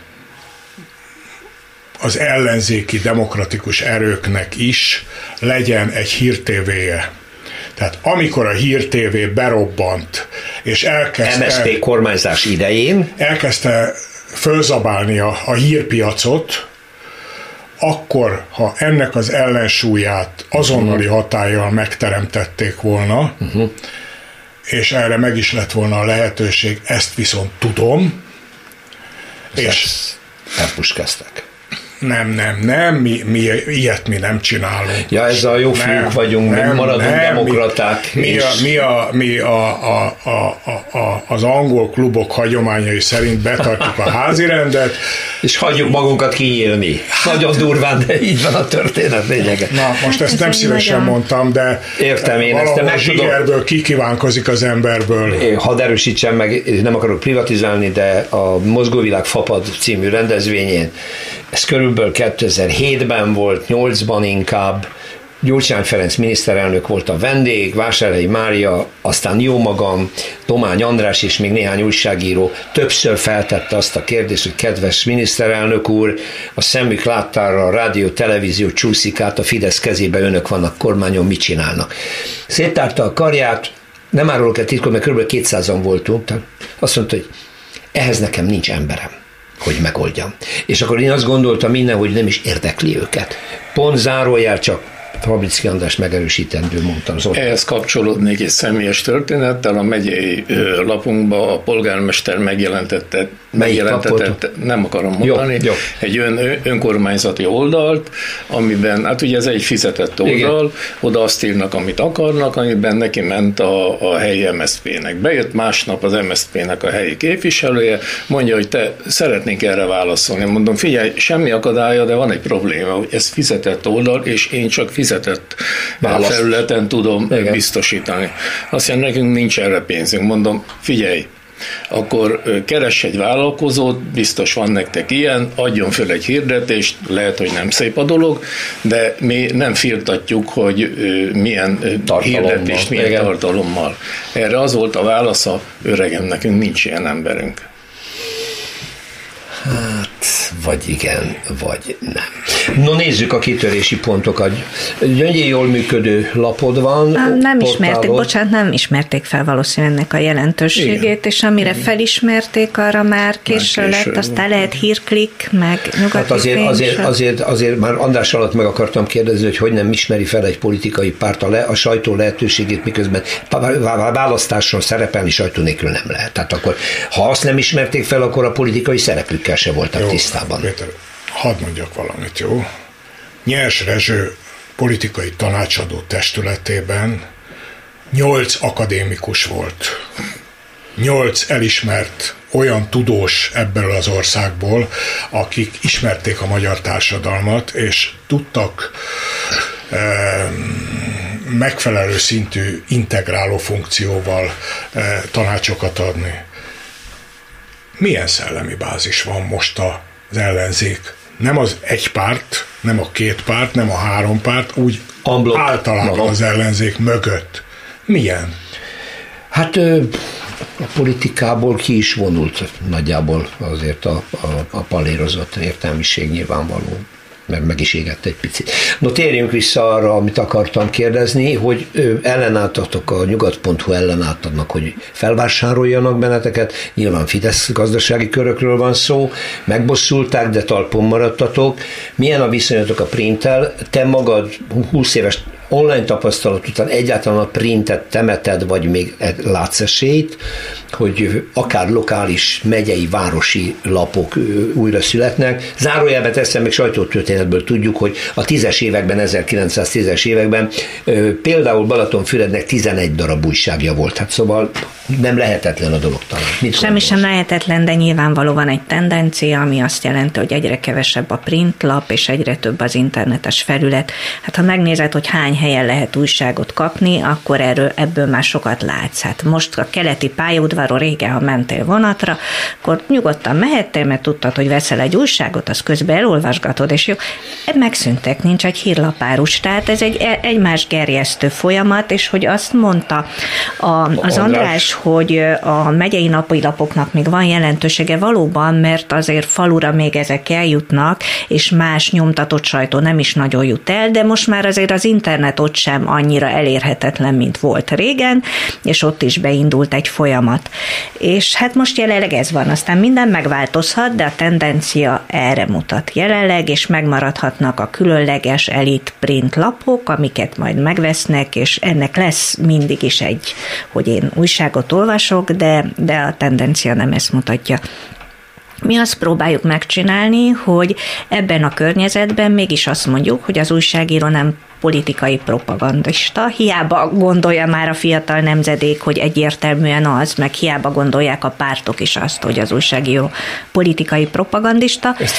az ellenzéki demokratikus erőknek is legyen egy hírtévéje. Tehát amikor a Hír TV berobbant, és elkezdte... MSZP kormányzás idején. Elkezdte fölzabálni a hírpiacot, akkor, ha ennek az ellensúlyát azonnali hatállyal megteremtették volna, és erre meg is lett volna a lehetőség, ezt viszont tudom, és elpuskázták. Nem, mi ilyet mi nem csinálunk. Ja, ez a jó fiúk vagyunk, mi maradunk demokraták. Az angol klubok hagyományai szerint betartjuk a házirendet. És hagyjuk magunkat kinyílni. Nagyon durván, de így van a történet lényege. Na, most ezt nem szívesen mondtam, de értem, én ezt meg zsigerből kikívánkozik az emberből. Hadd erősítsem meg, nem akarok privatizálni, de a Mozgóvilág Fapad című rendezvényén, ez körülbelül 2007-ben volt, 8-ban inkább, Gyurcsány Ferenc miniszterelnök volt a vendég, Vásárhelyi Mária, aztán jó magam, Domány András és még néhány újságíró többször feltette azt a kérdést, hogy kedves miniszterelnök úr, a szemük láttára a rádió, televízió csúszik át, a Fidesz kezébe, önök vannak kormányon, mit csinálnak? Széttárta a karját, nem árulok el titkot, mert kb. 200-an voltunk, tehát azt mondta, hogy ehhez nekem nincs emberem, hogy megoldjam. És akkor én azt gondoltam minden, hogy nem is érdekli őket. Pont zárójel csak Fabricki András megerősítendő, mondtam. Ehhez kapcsolódnék egy személyes történettel. A megyei lapunkban a polgármester megjelentette, nem akarom mondani, jó. Egy önkormányzati oldalt, amiben, hát ugye ez egy fizetett oldal, igen. Oda azt írnak, amit akarnak, amiben neki ment a helyi MSZP-nek. Bejött másnap az MSZP-nek a helyi képviselője, mondja, hogy te szeretnénk erre válaszolni. Mondom, figyelj, semmi akadálya, de van egy probléma, hogy ez fizetett oldal, és én csak fizetett felületen tudom igen. biztosítani. Azt mondja, nekünk nincs erre pénzünk. Mondom, figyelj, akkor keress egy vállalkozót, biztos van nektek ilyen, adjon föl egy hirdetést, lehet, hogy nem szép a dolog, de mi nem firtatjuk, hogy milyen hirdetést, milyen tartalommal. Erre az volt a válasza, öregem, nekünk nincs ilyen emberünk. Hát, vagy igen, vagy nem. No, nézzük a kitörési pontokat. Gyöngyi jól működő lapod van. Nem ismerték fel valószínűleg ennek a jelentőségét, igen. És amire felismerték, arra már késő lett, aztán lehet hírklik, meg nyugati hát azért már András alatt meg akartam kérdezni, hogy nem ismeri fel egy politikai párt a sajtó lehetőségét, miközben választáson szerepelni sajtó nélkül nem lehet. Tehát akkor, ha azt nem ismerték fel, akkor a politikai szerepük se voltak tisztában. Péter, hadd mondjak valamit, jó? Nyers Rezső politikai tanácsadó testületében 8 akadémikus volt. 8 elismert olyan tudós ebből az országból, akik ismerték a magyar társadalmat, és tudtak megfelelő szintű integráló funkcióval tanácsokat adni. Milyen szellemi bázis van most az ellenzék? Nem az egy párt, nem a 2 párt, nem a 3 párt, úgy általában az ellenzék mögött. Milyen? Hát a politikából ki is vonult nagyjából azért a palérozott értelmiség nyilvánvaló, mert meg is égett egy picit. No, térjünk vissza arra, amit akartam kérdezni, hogy ellenálltatok, a nyugat.hu ellenállt annak, hogy felvásároljanak benneteket, nyilván Fidesz gazdasági körökről van szó, megbosszulták, de talpon maradtatok. Milyen a viszonyatok a printtel? Te magad 20 éves online tapasztalat után egyáltalán a printet temeted, vagy még látsz esélyt, hogy akár lokális, megyei, városi lapok újra születnek. Zárójelben teszem, még sajtótörténetből tudjuk, hogy a 10-es években, 1910-es években például Balatonfürednek 11 darab újságja volt. Hát szóval nem lehetetlen a dolog talán. Semmi sem lehetetlen, de nyilvánvaló van egy tendencia, ami azt jelenti, hogy egyre kevesebb a printlap, és egyre több az internetes felület. Hát ha megnézed, hogy hány helyen lehet újságot kapni, akkor ebből már sokat látsz. Hát most a keleti pályaudvaron régen, ha mentél vonatra, akkor nyugodtan mehettél, mert tudtad, hogy veszel egy újságot, az közben elolvasgatod, és jó, megszűntek, nincs egy hírlapárus. Tehát ez egy egymás gerjesztő folyamat, és hogy azt mondta az András, hogy a megyei napilapoknak még van jelentősége valóban, mert azért falura még ezek eljutnak, és más nyomtatott sajtó nem is nagyon jut el, de most már azért az internet ott sem annyira elérhetetlen, mint volt régen, és ott is beindult egy folyamat. És hát most jelenleg ez van, aztán minden megváltozhat, de a tendencia erre mutat jelenleg, és megmaradhatnak a különleges elit print lapok, amiket majd megvesznek, és ennek lesz mindig is egy, hogy én újságot olvasok, de a tendencia nem ezt mutatja. Mi azt próbáljuk megcsinálni, hogy ebben a környezetben mégis azt mondjuk, hogy az újságíró nem politikai propagandista. Hiába gondolja már a fiatal nemzedék, hogy egyértelműen az, meg hiába gondolják a pártok is azt, hogy az újságíró politikai propagandista. Ezt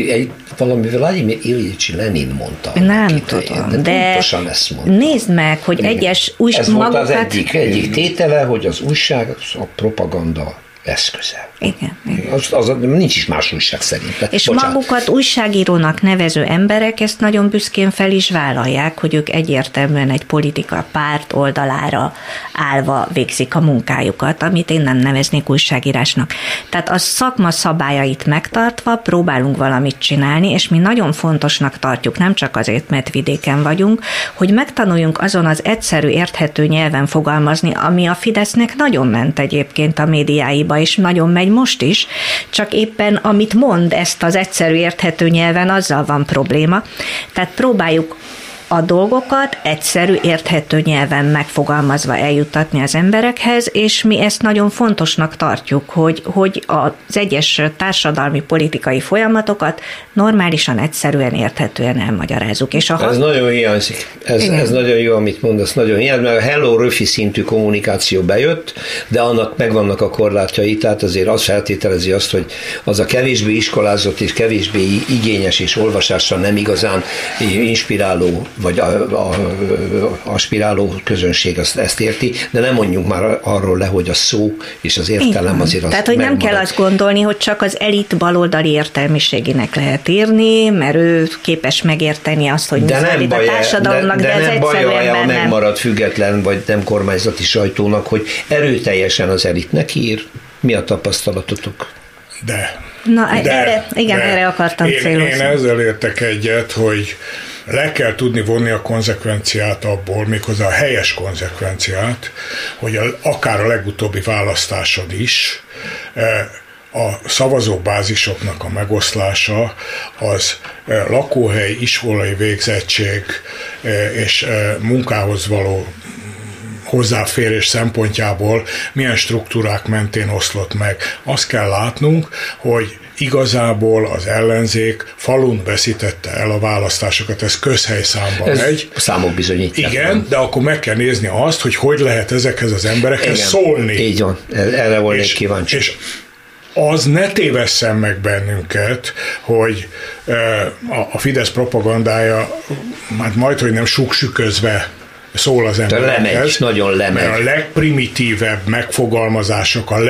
valami Vladimir Ilyich Lenin mondta. Nem tudom, de pontosan ezt mondta. Nézd meg, hogy igen. Egyes újságírók... Ez volt az egyik tétele, hogy az újság a propaganda eszköze. Igen. Az nincs is más újság szerint. És magukat újságírónak nevező emberek ezt nagyon büszkén fel is vállalják, hogy ők egyértelműen egy politika párt oldalára állva végzik a munkájukat, amit én nem neveznék újságírásnak. Tehát a szakma szabályait megtartva próbálunk valamit csinálni, és mi nagyon fontosnak tartjuk, nem csak azért, mert vidéken vagyunk, hogy megtanuljunk azon az egyszerű, érthető nyelven fogalmazni, ami a Fidesznek nagyon ment egyébként a médiáiba, és nagyon megy most is, csak éppen amit mond ezt az egyszerű érthető nyelven, azzal van probléma. Tehát próbáljuk a dolgokat egyszerű, érthető nyelven megfogalmazva eljuttatni az emberekhez, és mi ezt nagyon fontosnak tartjuk, hogy az egyes társadalmi politikai folyamatokat normálisan, egyszerűen, érthetően elmagyarázzuk. És ez nagyon hiányzik. Ez nagyon jó, amit mondasz, nagyon hiányzik, mert a hello röfi szintű kommunikáció bejött, de annak megvannak a korlátjai, tehát azért az feltételezi azt, hogy az a kevésbé iskolázott és kevésbé igényes és olvasásra nem igazán inspiráló, vagy aspiráló közönség ezt érti, de nem mondjunk már arról le, hogy a szó és az értelem azért az tehát, hogy megmarad. Nem kell azt gondolni, hogy csak az elit baloldali értelmiséginek lehet írni, mert ő képes megérteni azt, hogy mi számít a társadalomnak, de ez egyszerűen a megmaradt független vagy nem kormányzati sajtónak, hogy erőteljesen az elitnek ír. Mi a tapasztalatotok? Erre akartam célozni. Én ezzel értek egyet, hogy le kell tudni vonni a konzekvenciát abból, méghozzá a helyes konzekvenciát, hogy akár a legutóbbi választásod is, a szavazóbázisoknak a megoszlása az lakóhely, iskolai végzettség és munkához való hozzáférés szempontjából milyen struktúrák mentén oszlott meg. Azt kell látnunk, hogy igazából az ellenzék falun veszítette el a választásokat, ez közhelyszámba megy. Számok bizonyítják. Igen, de akkor meg kell nézni azt, hogy lehet ezekhez az emberekhez szólni. Így van, erre volnék kíváncsi. És az ne tévesszen meg bennünket, hogy a Fidesz propagandája majdhogy nem súgsüközve szól az emberekhez. Nagyon lemegy. Mert a legprimitívebb megfogalmazások, a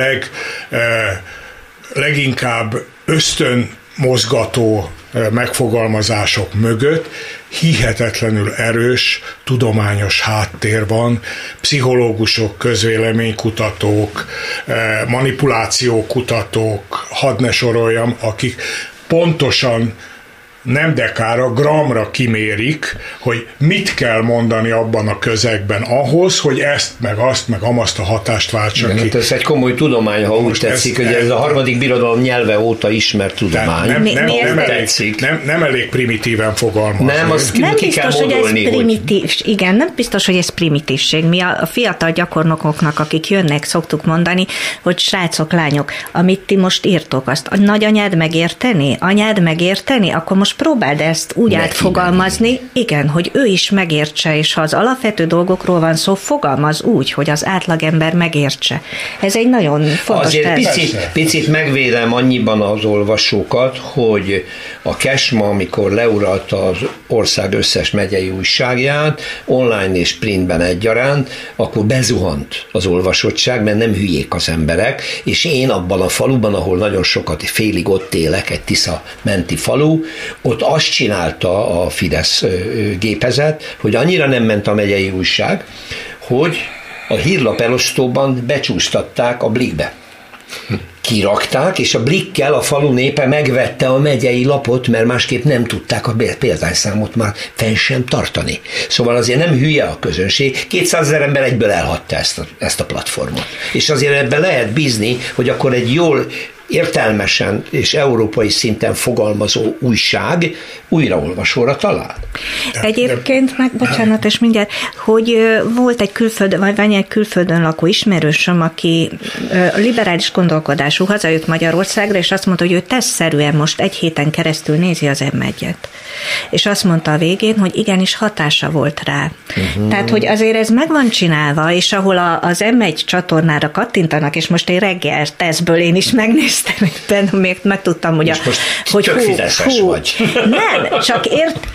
leginkább ösztönmozgató megfogalmazások mögött hihetetlenül erős tudományos háttér van, pszichológusok, közvéleménykutatók, manipulációkutatók, hadd ne soroljam, akik pontosan nem dekára, gramra kimérik, hogy mit kell mondani abban a közegben ahhoz, hogy ezt, meg azt, meg amazt a hatást váltsa ki. Hát ez egy komoly tudomány, ha úgy tetszik, hogy ez a harmadik birodalom nyelve óta ismert tudomány. Nem elég primitíven fogalmazni. Nem, azt ki kell gondolni. Igen, nem biztos, hogy ez primitívség. Mi a fiatal gyakornokoknak, akik jönnek, szoktuk mondani, hogy srácok, lányok, amit ti most írtok, azt a nagyanyád megérteni? Anyád megérteni? Akkor most próbáld ezt úgy átfogalmazni, igen, hogy ő is megértse, és ha az alapvető dolgokról van szó, fogalmaz úgy, hogy az átlagember megértse. Ez egy nagyon fontos azért picit megvédem annyiban az olvasókat, hogy a Kesma, amikor leuralta az ország összes megyei újságját, online és printben egyaránt, akkor bezuhant az olvasottság, mert nem hülyék az emberek, és én abban a faluban, ahol nagyon sokat félig ott élek, egy Tisza menti falu, ott azt csinálta a Fidesz gépezet, hogy annyira nem ment a megyei újság, hogy a hírlap elosztóban becsúsztatták a Blikbe. Kirakták, és a Blikkel a falu népe megvette a megyei lapot, mert másképp nem tudták a példányszámot már fenn sem tartani. Szóval azért nem hülye a közönség, 200 000 ember egyből elhagyta ezt a platformot. És azért ebben lehet bízni, hogy akkor egy jól értelmesen és európai szinten fogalmazó újság újraolvasóra talál. Egyébként bocsánat, és mindjárt, hogy volt egy külföldön lakó ismerősöm, aki liberális gondolkodású, hazajött Magyarországra, és azt mondta, hogy ő tesztszerűen most egy héten keresztül nézi az M1-et. És azt mondta a végén, hogy igenis hatása volt rá. Tehát, hogy azért ez meg van csinálva, és ahol az M1 csatornára kattintanak, és most reggel tesztből én is megnéztem, még megtudtam, hogy tök fideszes vagy. Nem, csak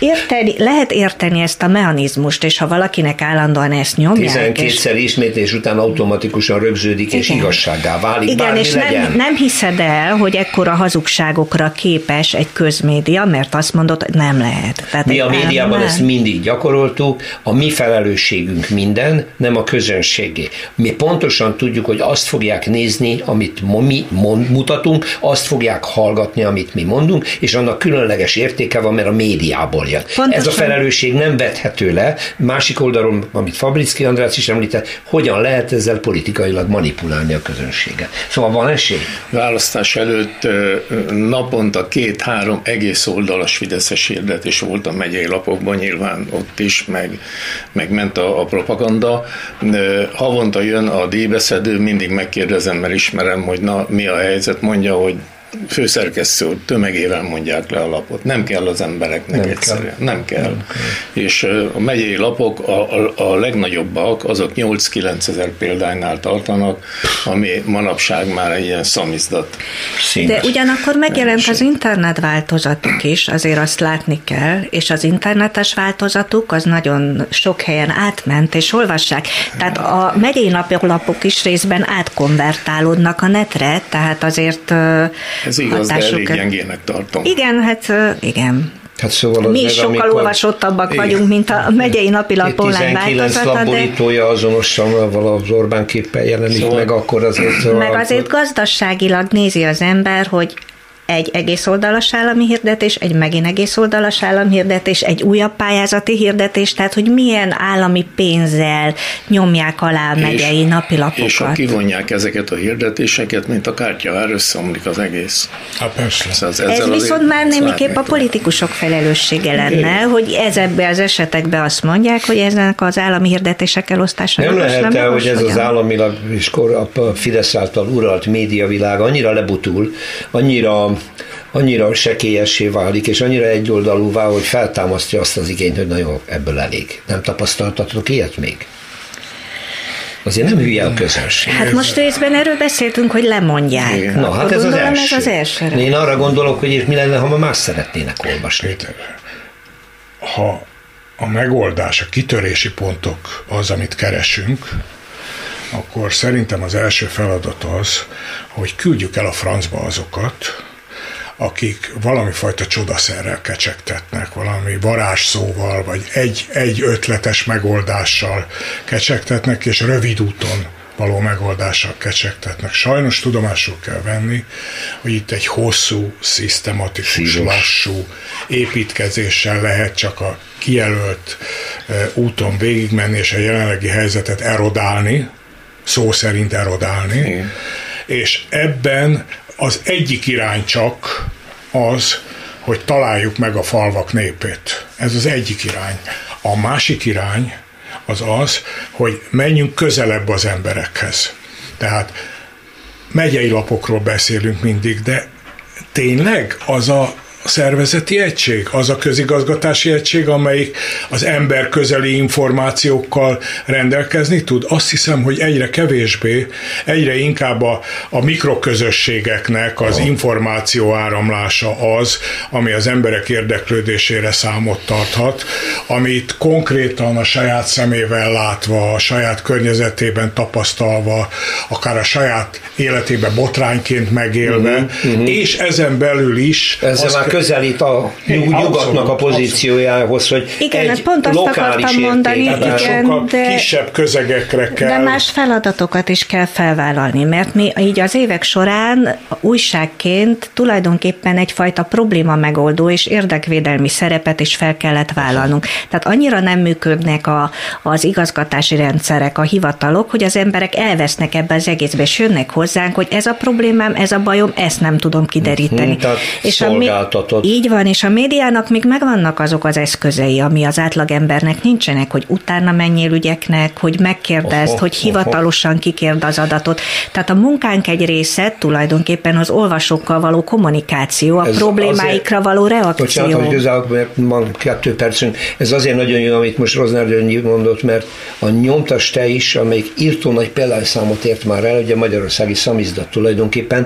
lehet érteni ezt a mechanizmust, és ha valakinek állandóan ezt nyomják. 12-szer ismétlés után automatikusan rögződik, és igazsággá válik. Igen, és nem hiszed el, hogy ekkora hazugságokra képes egy közmédia, mert azt mondod, hogy nem lehet. Tehát mi a médiában ezt mindig gyakoroltuk, a mi felelősségünk minden, nem a közönségé. Mi pontosan tudjuk, hogy azt fogják nézni, amit mi mutatunk, mondatunk, azt fogják hallgatni, amit mi mondunk, és annak különleges értéke van, mert a médiából jön. Pontosan. Ez a felelősség nem vethető le. Másik oldalon, amit Fabriczky András is említett, hogyan lehet ezzel politikailag manipulálni a közönséget. Szóval van esély? Választás előtt naponta 2-3 egész oldalas fideszes hirdetés volt a megyei lapokban, nyilván ott is, meg ment a propaganda. Havonta jön a díjbeszedő, mindig megkérdezem, mert ismerem, hogy na, mi a helyzet, mondja, hogy főszerkesztő tömegével mondják le a lapot. Nem kell az embereknek egyszerűen. Nem kell. És a megyei lapok a legnagyobbak, azok 8-9 ezer példánynál tartanak, ami manapság már egy ilyen szamizdat. De ugyanakkor megjelent az internet változatuk is, azért azt látni kell, és az internetes változatuk az nagyon sok helyen átment, és olvassák. Tehát a megyei lapok is részben átkonvertálódnak a netre, tehát azért ez igaz, de elég gyengének tartom. Igen, hát igen. Hát szóval mi is sokkal olvasottabbak vagyunk, mint a megyei napilap online változata. 19 lapborítója azonosan az Orbán képpel jelenik szóval, meg, akkor azért... Meg azért gazdaságilag nézi az ember, hogy egy egész oldalas állami hirdetés, egy megint egész oldalas állami hirdetés, egy újabb pályázati hirdetés, tehát hogy milyen állami pénzzel nyomják alá a megyei napilapokat. És ha kivonják ezeket a hirdetéseket, mint a kártyavár, összeomlik az egész. Ez viszont már némiképp a politikusok felelőssége lenne, hogy ezekben az esetekben azt mondják, hogy ezek az állami hirdetések elosztása nem lehet el, hogy ez az államilag és a Fidesz által uralt médiavilág annyira lebutul, annyira sekélyessé válik, és annyira egyoldalúvá, hogy feltámasztja azt az igényt, hogy na jó, ebből elég. Nem tapasztaltatok ilyet még? Azért nem hülye a közönség. Hát most részben erről beszéltünk, hogy lemondják. Igen. Na, hát ez az első. Én arra gondolok, hogy mi lenne, ha más szeretnének olvasni. Péter, ha a megoldás, a kitörési pontok az, amit keresünk, akkor szerintem az első feladat az, hogy küldjük el a francba azokat, akik valami fajta csodaszerrel kecsegtetnek, valami varázsszóval, vagy egy ötletes megoldással kecsegtetnek, és rövid úton való megoldással kecsegtetnek. Sajnos tudomásul kell venni, hogy itt egy hosszú, szisztematikus, lassú építkezéssel lehet csak a kijelölt úton végigmenni, és a jelenlegi helyzetet erodálni, szó szerint erodálni, igen. És ebben az egyik irány csak az, hogy találjuk meg a falvak népét. Ez az egyik irány. A másik irány az az, hogy menjünk közelebb az emberekhez. Tehát megyei lapokról beszélünk mindig, de tényleg az a szervezeti egység, az a közigazgatási egység, amelyik az ember közeli információkkal rendelkezni tud. Azt hiszem, hogy egyre kevésbé, egyre inkább a mikroközösségeknek az információ áramlása az, ami az emberek érdeklődésére számot tarthat, amit konkrétan a saját szemével látva, a saját környezetében tapasztalva, akár a saját életében botrányként megélve, és ezen belül is közelít a nyugatnak a pozíciójához, hogy igen, egy pont azt akartam mondani, igen, de kisebb közegekre kell. De más feladatokat is kell felvállalni, mert mi így az évek során újságként tulajdonképpen egyfajta probléma megoldó és érdekvédelmi szerepet is fel kellett vállalnunk. Tehát annyira nem működnek az igazgatási rendszerek, a hivatalok, hogy az emberek elvesznek ebbe az egészbe, és jönnek hozzánk, hogy ez a problémám, ez a bajom, ezt nem tudom kideríteni. És így van, és a médiának még megvannak azok az eszközei, ami az átlagembernek nincsenek, hogy utána menjél ügyeknek, hogy megkérdezd, hogy hivatalosan kikérd az adatot. Tehát a munkánk egy része tulajdonképpen az olvasókkal való kommunikáció, a problémáikra való reakció. Bocsánat, hogy közállok, mert van 2 percünk. Ez azért nagyon jó, amit most Rozner György mondott, mert a Nyomtas te is, amelyik írtó nagy példányszámot ért már el, ugye a magyarországi szamizdat tulajdonképpen,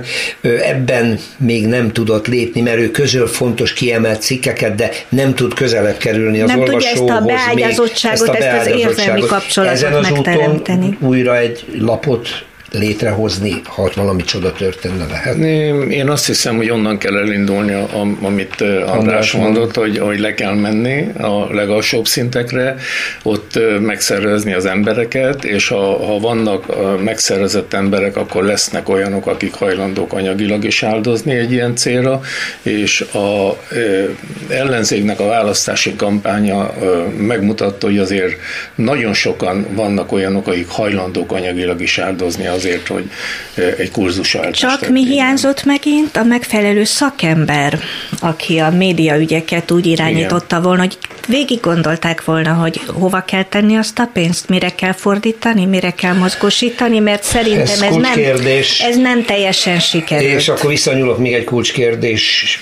ebben még nem tudott lépni, mert ő közöl fontos kiemelt cikkeket, de nem tud közelebb kerülni az olvasóhoz. Nem tudja ezt a beágyazottságot, ezt az érzelmi kapcsolatot ezen az megteremteni. Úton újra egy lapot létrehozni, ha valami csoda történne lehet? Én azt hiszem, hogy onnan kell elindulni, amit András mondott, hogy le kell menni a legalsóbb szintekre, ott megszervezni az embereket, és ha vannak megszervezett emberek, akkor lesznek olyanok, akik hajlandók anyagilag is áldozni egy ilyen célra, és a ellenzéknek a választási kampánya megmutatta, hogy azért nagyon sokan vannak olyanok, akik hajlandók anyagilag is áldozni azért, hogy egy kurzusváltást. Csak mi hiányzott megint? A megfelelő szakember, aki a médiaügyeket úgy irányította volna, hogy végig gondolták volna, hogy hova kell tenni azt a pénzt, mire kell fordítani, mire kell mozgósítani, mert szerintem ez nem teljesen sikerült. És akkor visszanyúlok még egy kulcskérdés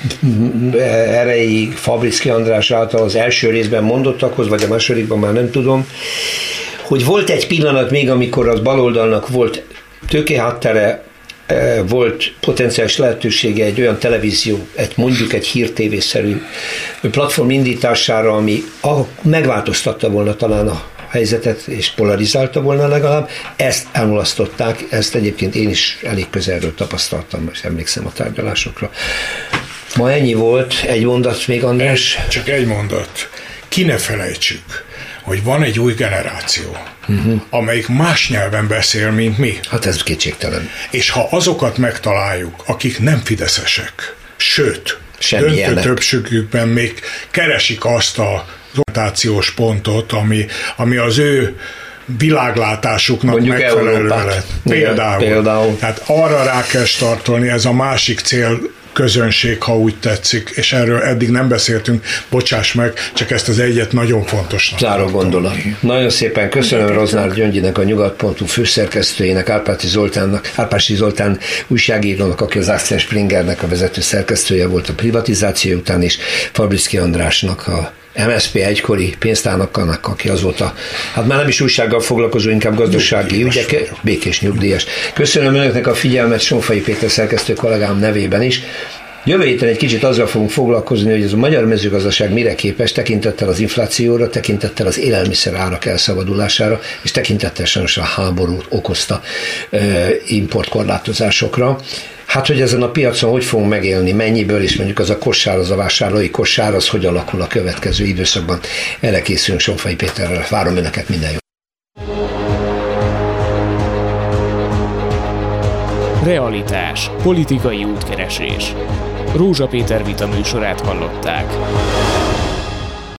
erejéig Fabriczky András által az első részben mondottakhoz, vagy a másodikban már nem tudom, hogy volt egy pillanat még, amikor az baloldalnak volt tőkeháttere, volt potenciális lehetősége egy olyan televízió, mondjuk egy hírtévészerű platform indítására, ami megváltoztatta volna talán a helyzetet, és polarizálta volna legalább. Ezt elmulasztották, ezt egyébként én is elég közelről tapasztaltam, és emlékszem a tárgyalásokra. Ma ennyi volt, egy mondat még, András? Csak egy mondat. Ki ne felejtsük, hogy van egy új generáció, amelyik más nyelven beszél, mint mi. Hát ez kétségtelen. És ha azokat megtaláljuk, akik nem fideszesek, sőt, döntő többségükben még keresik azt az orientációs pontot, ami az ő világlátásuknak mondjuk megfelelő lett. Például. Tehát arra rá kell startolni, ez a másik cél közönség, ha úgy tetszik, és erről eddig nem beszéltünk, bocsáss meg, csak ezt az egyet nagyon fontosnak. Záró gondolat. Nagyon szépen köszönöm Roznár Gyöngyinek, a Nyugat.hu főszerkesztőjének, Árpási Zoltán újságírónak, aki az Axel Springernek a vezető szerkesztője volt a privatizáció után, és Fabriczky Andrásnak, a MSZP egykori pénztárnokának, aki azóta, hát már nem is újsággal foglalkozó, inkább gazdasági ügyek, békés nyugdíjas. Köszönöm önöknek a figyelmet, Sonfai Péter szerkesztő kollégám nevében is. Jövő héten egy kicsit azzal fogunk foglalkozni, hogy ez a magyar mezőgazdaság mire képes, tekintettel az inflációra, tekintettel az élelmiszer árak elszabadulására, és tekintettel sajnos a háború okozta importkorlátozásokra. Hát, hogy ezen a piacon hogy fogunk megélni, mennyiből, és mondjuk az a kosár, az a vásárlói kosár, az hogy alakul a következő időszakban. Erre készülünk Sonfai Péterrel. Várom önöket, minden jó. Realitás. Politikai útkeresés. Rózsa Péter vita műsorát hallották.